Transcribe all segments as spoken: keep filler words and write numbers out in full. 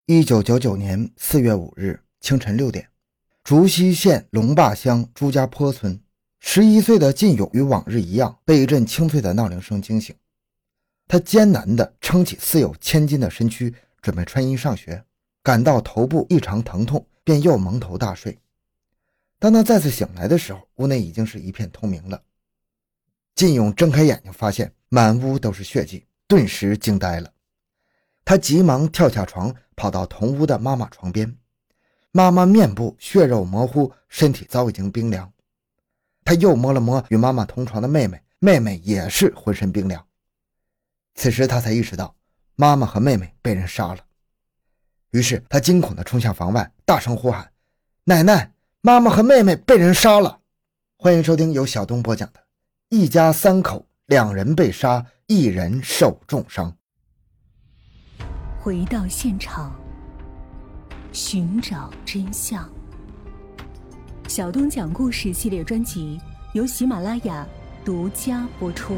一九九九年四月五日清晨六点，竹溪县龙坝乡朱家坡村，十一岁的靳勇与往日一样被一阵清脆的闹铃声惊醒。他艰难地撑起似有千斤的身躯，准备穿衣上学，感到头部异常疼痛，便又蒙头大睡。当他再次醒来的时候，屋内已经是一片通明了。靳勇睁开眼睛，发现满屋都是血迹，顿时惊呆了。他急忙跳下床，跑到同屋的妈妈床边。妈妈面部血肉模糊，身体早已经冰凉。他又摸了摸与妈妈同床的妹妹，妹妹也是浑身冰凉。此时他才意识到妈妈和妹妹被人杀了。于是他惊恐地冲向房外，大声呼喊：奶奶，妈妈和妹妹被人杀了！欢迎收听由小东播讲的一家三口，两人被杀，一人受重伤。 回到现场，寻找真相。小东讲故事系列专辑由喜马拉雅独家播出。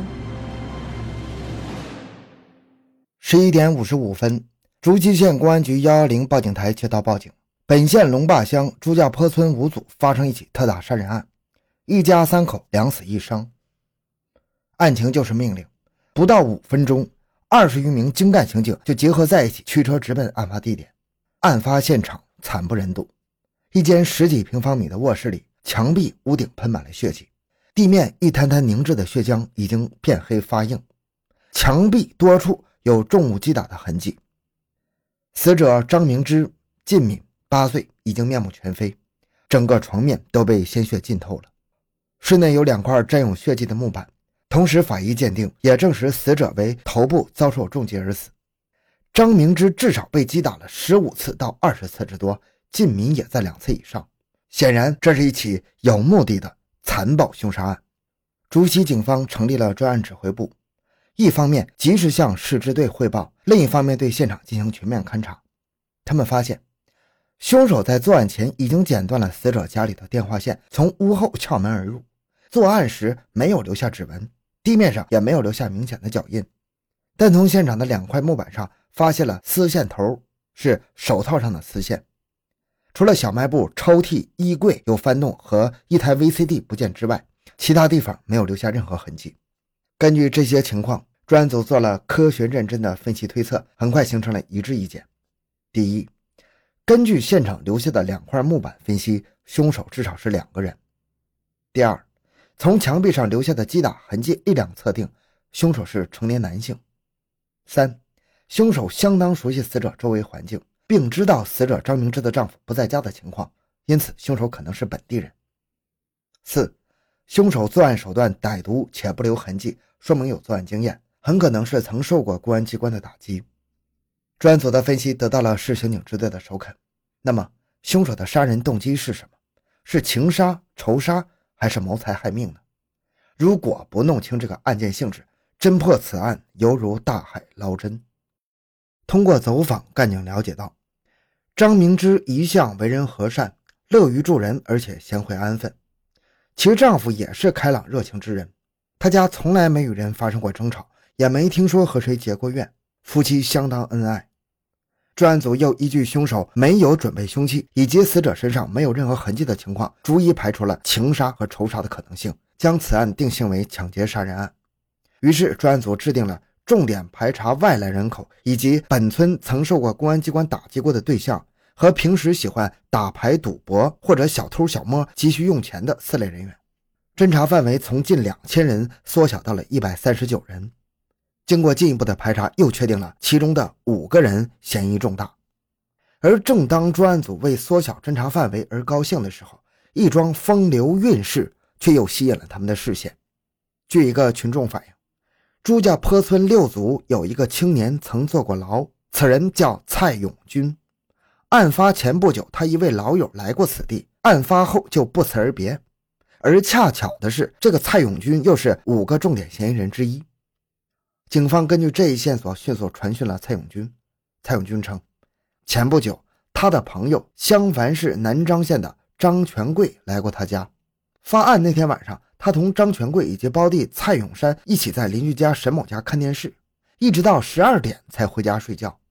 十一点五十五分，竹溪县公安局一一零报警台接到报警，本县龙坝乡朱家坡村五组发生一起特大杀人案，一家三口两死一伤。案情就是命令，不到五分钟，二十余名精干刑警就结合在一起，驱车直奔案发地点。案发现场惨不忍睹，一间十几平方米的卧室里，墙壁屋顶喷满了血迹，地面一滩滩凝滞的血浆已经变黑发硬，墙壁多处有重物击打的痕迹。死者张明之靳敏八岁，已经面目全非，整个床面都被鲜血浸透了。室内有两块沾有血迹的木板，同时法医鉴定也证实死者为头部遭受重击而死。张明之至少被击打了十五次到二十次之多，靳敏也在两次以上。显然这是一起有目的的残暴凶杀案。竹溪警方成立了专案指挥部，一方面及时向市支队汇报，另一方面对现场进行全面勘查。他们发现凶手在作案前已经剪断了死者家里的电话线，从屋后撬门而入，作案时没有留下指纹，地面上也没有留下明显的脚印，但从现场的两块木板上发现了丝线头，是手套上的丝线。除了小卖部、抽屉、衣柜有翻动和一台 V C D 不见之外，其他地方没有留下任何痕迹。根据这些情况，专案组做了科学认真的分析推测，很快形成了一致意见。第一，根据现场留下的两块木板分析，凶手至少是两个人。第二，从墙壁上留下的击打痕迹力量测定，凶手是成年男性。三，凶手相当熟悉死者周围环境，并知道死者张明之的丈夫不在家的情况，因此凶手可能是本地人。四，凶手作案手段歹毒且不留痕迹，说明有作案经验，很可能是曾受过公安机关的打击。专案组的分析得到了市刑警支队的首肯。那么凶手的杀人动机是什么？是情杀、仇杀还是谋财害命呢？如果不弄清这个案件性质，侦破此案犹如大海捞针。通过走访，干警了解到，张明之一向为人和善，乐于助人，而且贤惠安分。其丈夫也是开朗热情之人，他家从来没与人发生过争吵，也没听说和谁结过怨，夫妻相当恩爱。专案组又依据凶手没有准备凶器以及死者身上没有任何痕迹的情况，逐一排除了情杀和仇杀的可能性，将此案定性为抢劫杀人案。于是专案组制定了重点排查外来人口，以及本村曾受过公安机关打击过的对象，和平时喜欢打牌赌博或者小偷小摸急需用钱的四类人员。侦查范围从近两千人缩小到了一百三十九人。经过进一步的排查，又确定了其中的五个人嫌疑重大。而正当专案组为缩小侦查范围而高兴的时候，一桩风流韵事却又吸引了他们的视线。据一个群众反映，朱家坡村六组有一个青年曾坐过牢，此人叫蔡永军。案发前不久，他一位老友来过此地，案发后就不辞而别。而恰巧的是，这个蔡永军又是五个重点嫌疑人之一。警方根据这一线索迅速传讯了蔡永军。蔡永军称，前不久他的朋友襄樊市南漳县的张全贵来过他家。发案那天晚上，他同张全贵以及胞弟蔡永山一起在邻居家沈某家看电视，一直到十二点才回家睡觉。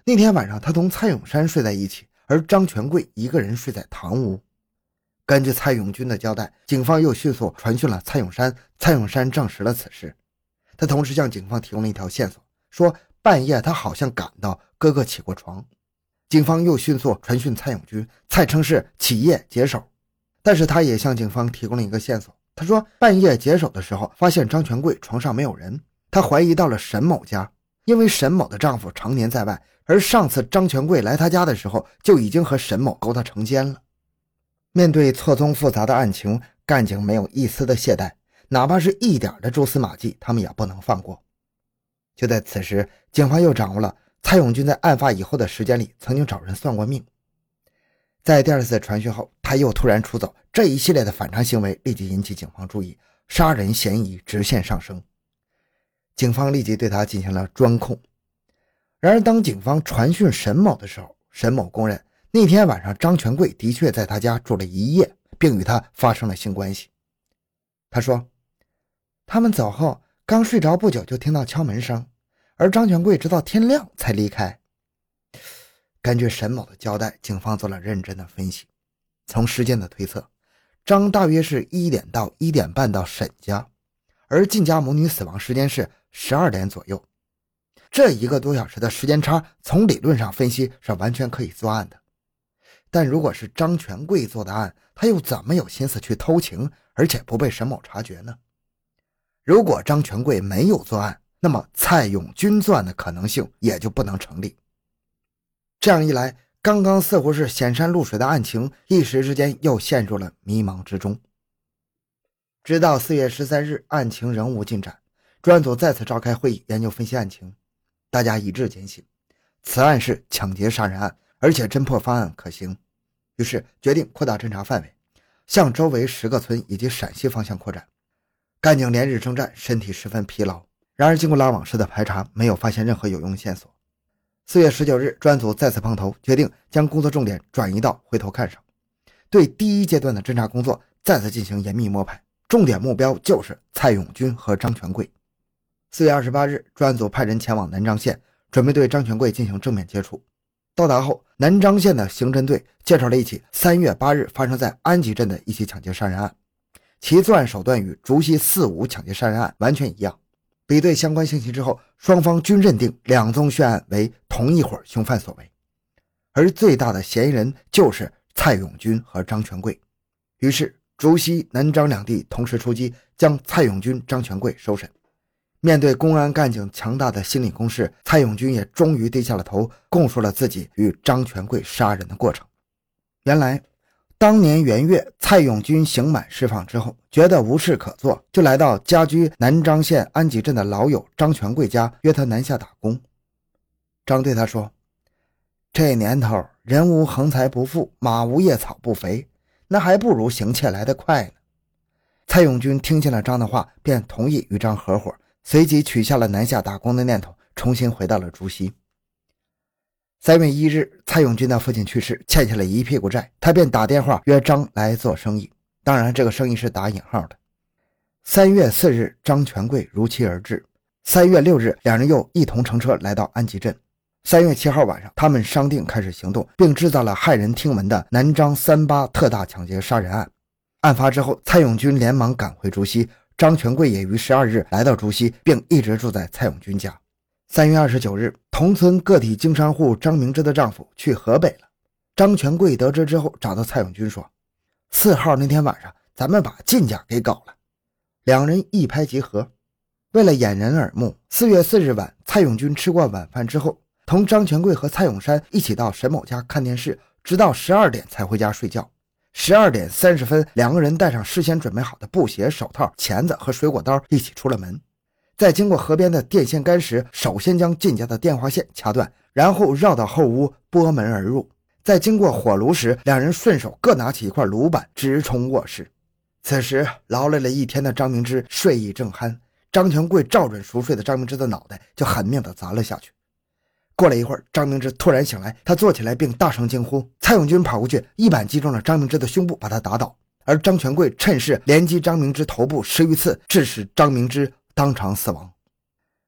那天晚上他同蔡永山睡在一起，而张全贵一个人睡在堂屋。根据蔡永军的交代，警方又迅速传讯了蔡永山，蔡永山证实了此事。他同时向警方提供了一条线索，说半夜他好像感到哥哥起过床。警方又迅速传讯蔡永军，蔡称是起夜解手，但是他也向警方提供了一个线索，他说半夜解手的时候发现张全贵床上没有人，他怀疑到了沈某家，因为沈某的丈夫常年在外，而上次张全贵来他家的时候就已经和沈某勾搭成奸了。面对错综复杂的案情，干警没有一丝的懈怠，哪怕是一点的蛛丝马迹他们也不能放过。就在此时，警方又掌握了蔡永军在案发以后的时间里曾经找人算过命。在第二次传讯后，他又突然出走，这一系列的反常行为立即引起警方注意，杀人嫌疑直线上升。警方立即对他进行了专控。然而当警方传讯沈某的时候，沈某供认那天晚上张全贵的确在他家住了一夜，并与他发生了性关系。他说他们走后刚睡着不久就听到敲门声，而张全贵直到天亮才离开。根据沈某的交代，警方做了认真的分析，从时间的推测，张大约是一点到一点半到沈家，而靳家母女死亡时间是十二点左右。这一个多小时的时间差，从理论上分析是完全可以作案的。但如果是张全贵做的案，他又怎么有心思去偷情，而且不被沈某察觉呢？如果张全贵没有作案，那么蔡永军作案的可能性也就不能成立。这样一来，刚刚似乎是显山露水的案情，一时之间又陷入了迷茫之中。直到四月十三日，案情仍无进展，专案组再次召开会议研究分析案情，大家一致坚信此案是抢劫杀人案，而且侦破方案可行，于是决定扩大侦查范围，向周围十个村以及陕西方向扩展。干警连日征战，身体十分疲劳，然而经过拉网式的排查，没有发现任何有用线索。四月十九日，专案组再次碰头，决定将工作重点转移到回头看上，对第一阶段的侦查工作再次进行严密摸排，重点目标就是蔡永军和张全贵。四月二十八日，专案组派人前往南漳县，准备对张全贵进行正面接触。到达后，南漳县的刑侦队介绍了一起三月八日发生在安吉镇的一起抢劫杀人案，其作案手段与竹溪四五抢劫杀人案完全一样。比对相关信息之后，双方均认定两宗血案为同一伙凶犯所为，而最大的嫌疑人就是蔡永军和张全贵。于是竹溪、南漳两地同时出击，将蔡永军、张全贵收审。面对公安干警强大的心理攻势，蔡永军也终于低下了头，供述了自己与张全贵杀人的过程。原来当年元月，蔡永军刑满释放之后，觉得无事可做，就来到家居南漳县安吉镇的老友张全贵家，约他南下打工。张对他说，这年头人无横财不富，马无夜草不肥，那还不如行窃来得快呢。蔡永军听见了张的话，便同意与张合伙，随即取下了南下打工的念头，重新回到了竹溪。三月一日，蔡永军的父亲去世，欠下了一屁股债，他便打电话约张来做生意，当然这个生意是打引号的。三月四日，张全贵如期而至。三月六日，两人又一同乘车来到安吉镇。三月七号晚上，他们商定开始行动，并制造了骇人听闻的南漳三八特大抢劫杀人案。案发之后，蔡永军连忙赶回竹溪，张全贵也于十二日来到竹溪，并一直住在蔡永军家。三月二十九日，同村个体经商户张明芝的丈夫去河北了。张全贵得知之后，找到蔡永军说，四号那天晚上咱们把靳家给搞了。两人一拍即合。为了掩人耳目，四月四日晚，蔡永军吃过晚饭之后，同张全贵和蔡永山一起到沈某家看电视，直到十二点才回家睡觉。十二点三十分，两个人带上事先准备好的布鞋、手套、钳子和水果刀，一起出了门。在经过河边的电线杆时，首先将靳家的电话线掐断，然后绕到后屋拨门而入。在经过火炉时，两人顺手各拿起一块炉板，直冲卧室。此时劳累了一天的张明芝睡意正酣，张全贵照准熟睡的张明芝的脑袋就狠命地砸了下去。过了一会儿，张明芝突然醒来，他坐起来并大声惊呼。蔡永军跑过去，一板击中了张明芝的胸部，把他打倒，而张全贵趁势连击张明芝头部十余次，致使张明芝当场死亡。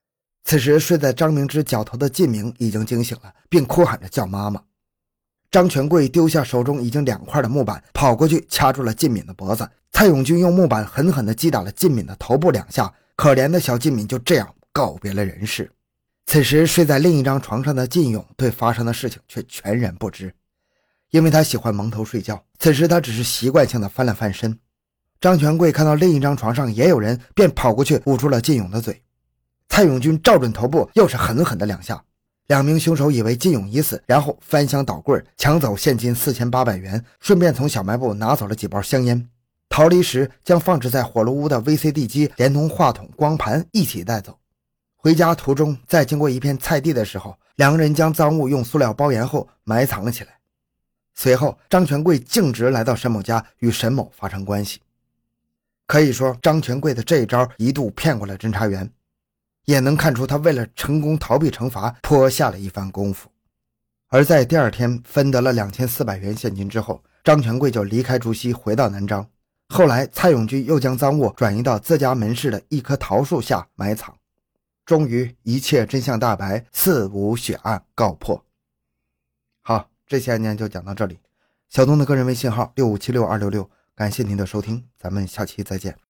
此时睡在张明之脚头的靳明已经惊醒了，并哭喊着叫妈妈。张全贵丢下手中已经两块的木板，跑过去掐住了靳敏的脖子。蔡永军用木板狠狠地击打了靳敏的头部两下，可怜的小靳敏就这样告别了人世。此时睡在另一张床上的靳勇对发生的事情却全然不知，因为他喜欢蒙头睡觉，此时他只是习惯性的翻了翻身。张全贵看到另一张床上也有人，便跑过去捂住了靳勇的嘴。蔡永军照准头部又是狠狠的两下，两名凶手以为靳勇已死，然后翻箱倒柜抢走现金四千八百元，顺便从小卖部拿走了几包香烟。逃离时将放置在火炉屋的 V C D 机连同话筒光盘一起带走。回家途中在经过一片菜地的时候，两个人将赃物用塑料包严后埋藏了起来。随后张全贵径直来到沈某家与沈某发生关系。可以说张全贵的这一招一度骗过了侦查员，也能看出他为了成功逃避惩罚颇下了一番功夫。而在第二天分得了两千四百元现金之后，张全贵就离开竹溪回到南章。后来蔡永军又将赃物转移到自家门市的一棵桃树下埋藏。终于一切真相大白，四无血案告破。好，这期案件就讲到这里。小东的个人微信号六五七六二六六，感谢您的收听，咱们下期再见。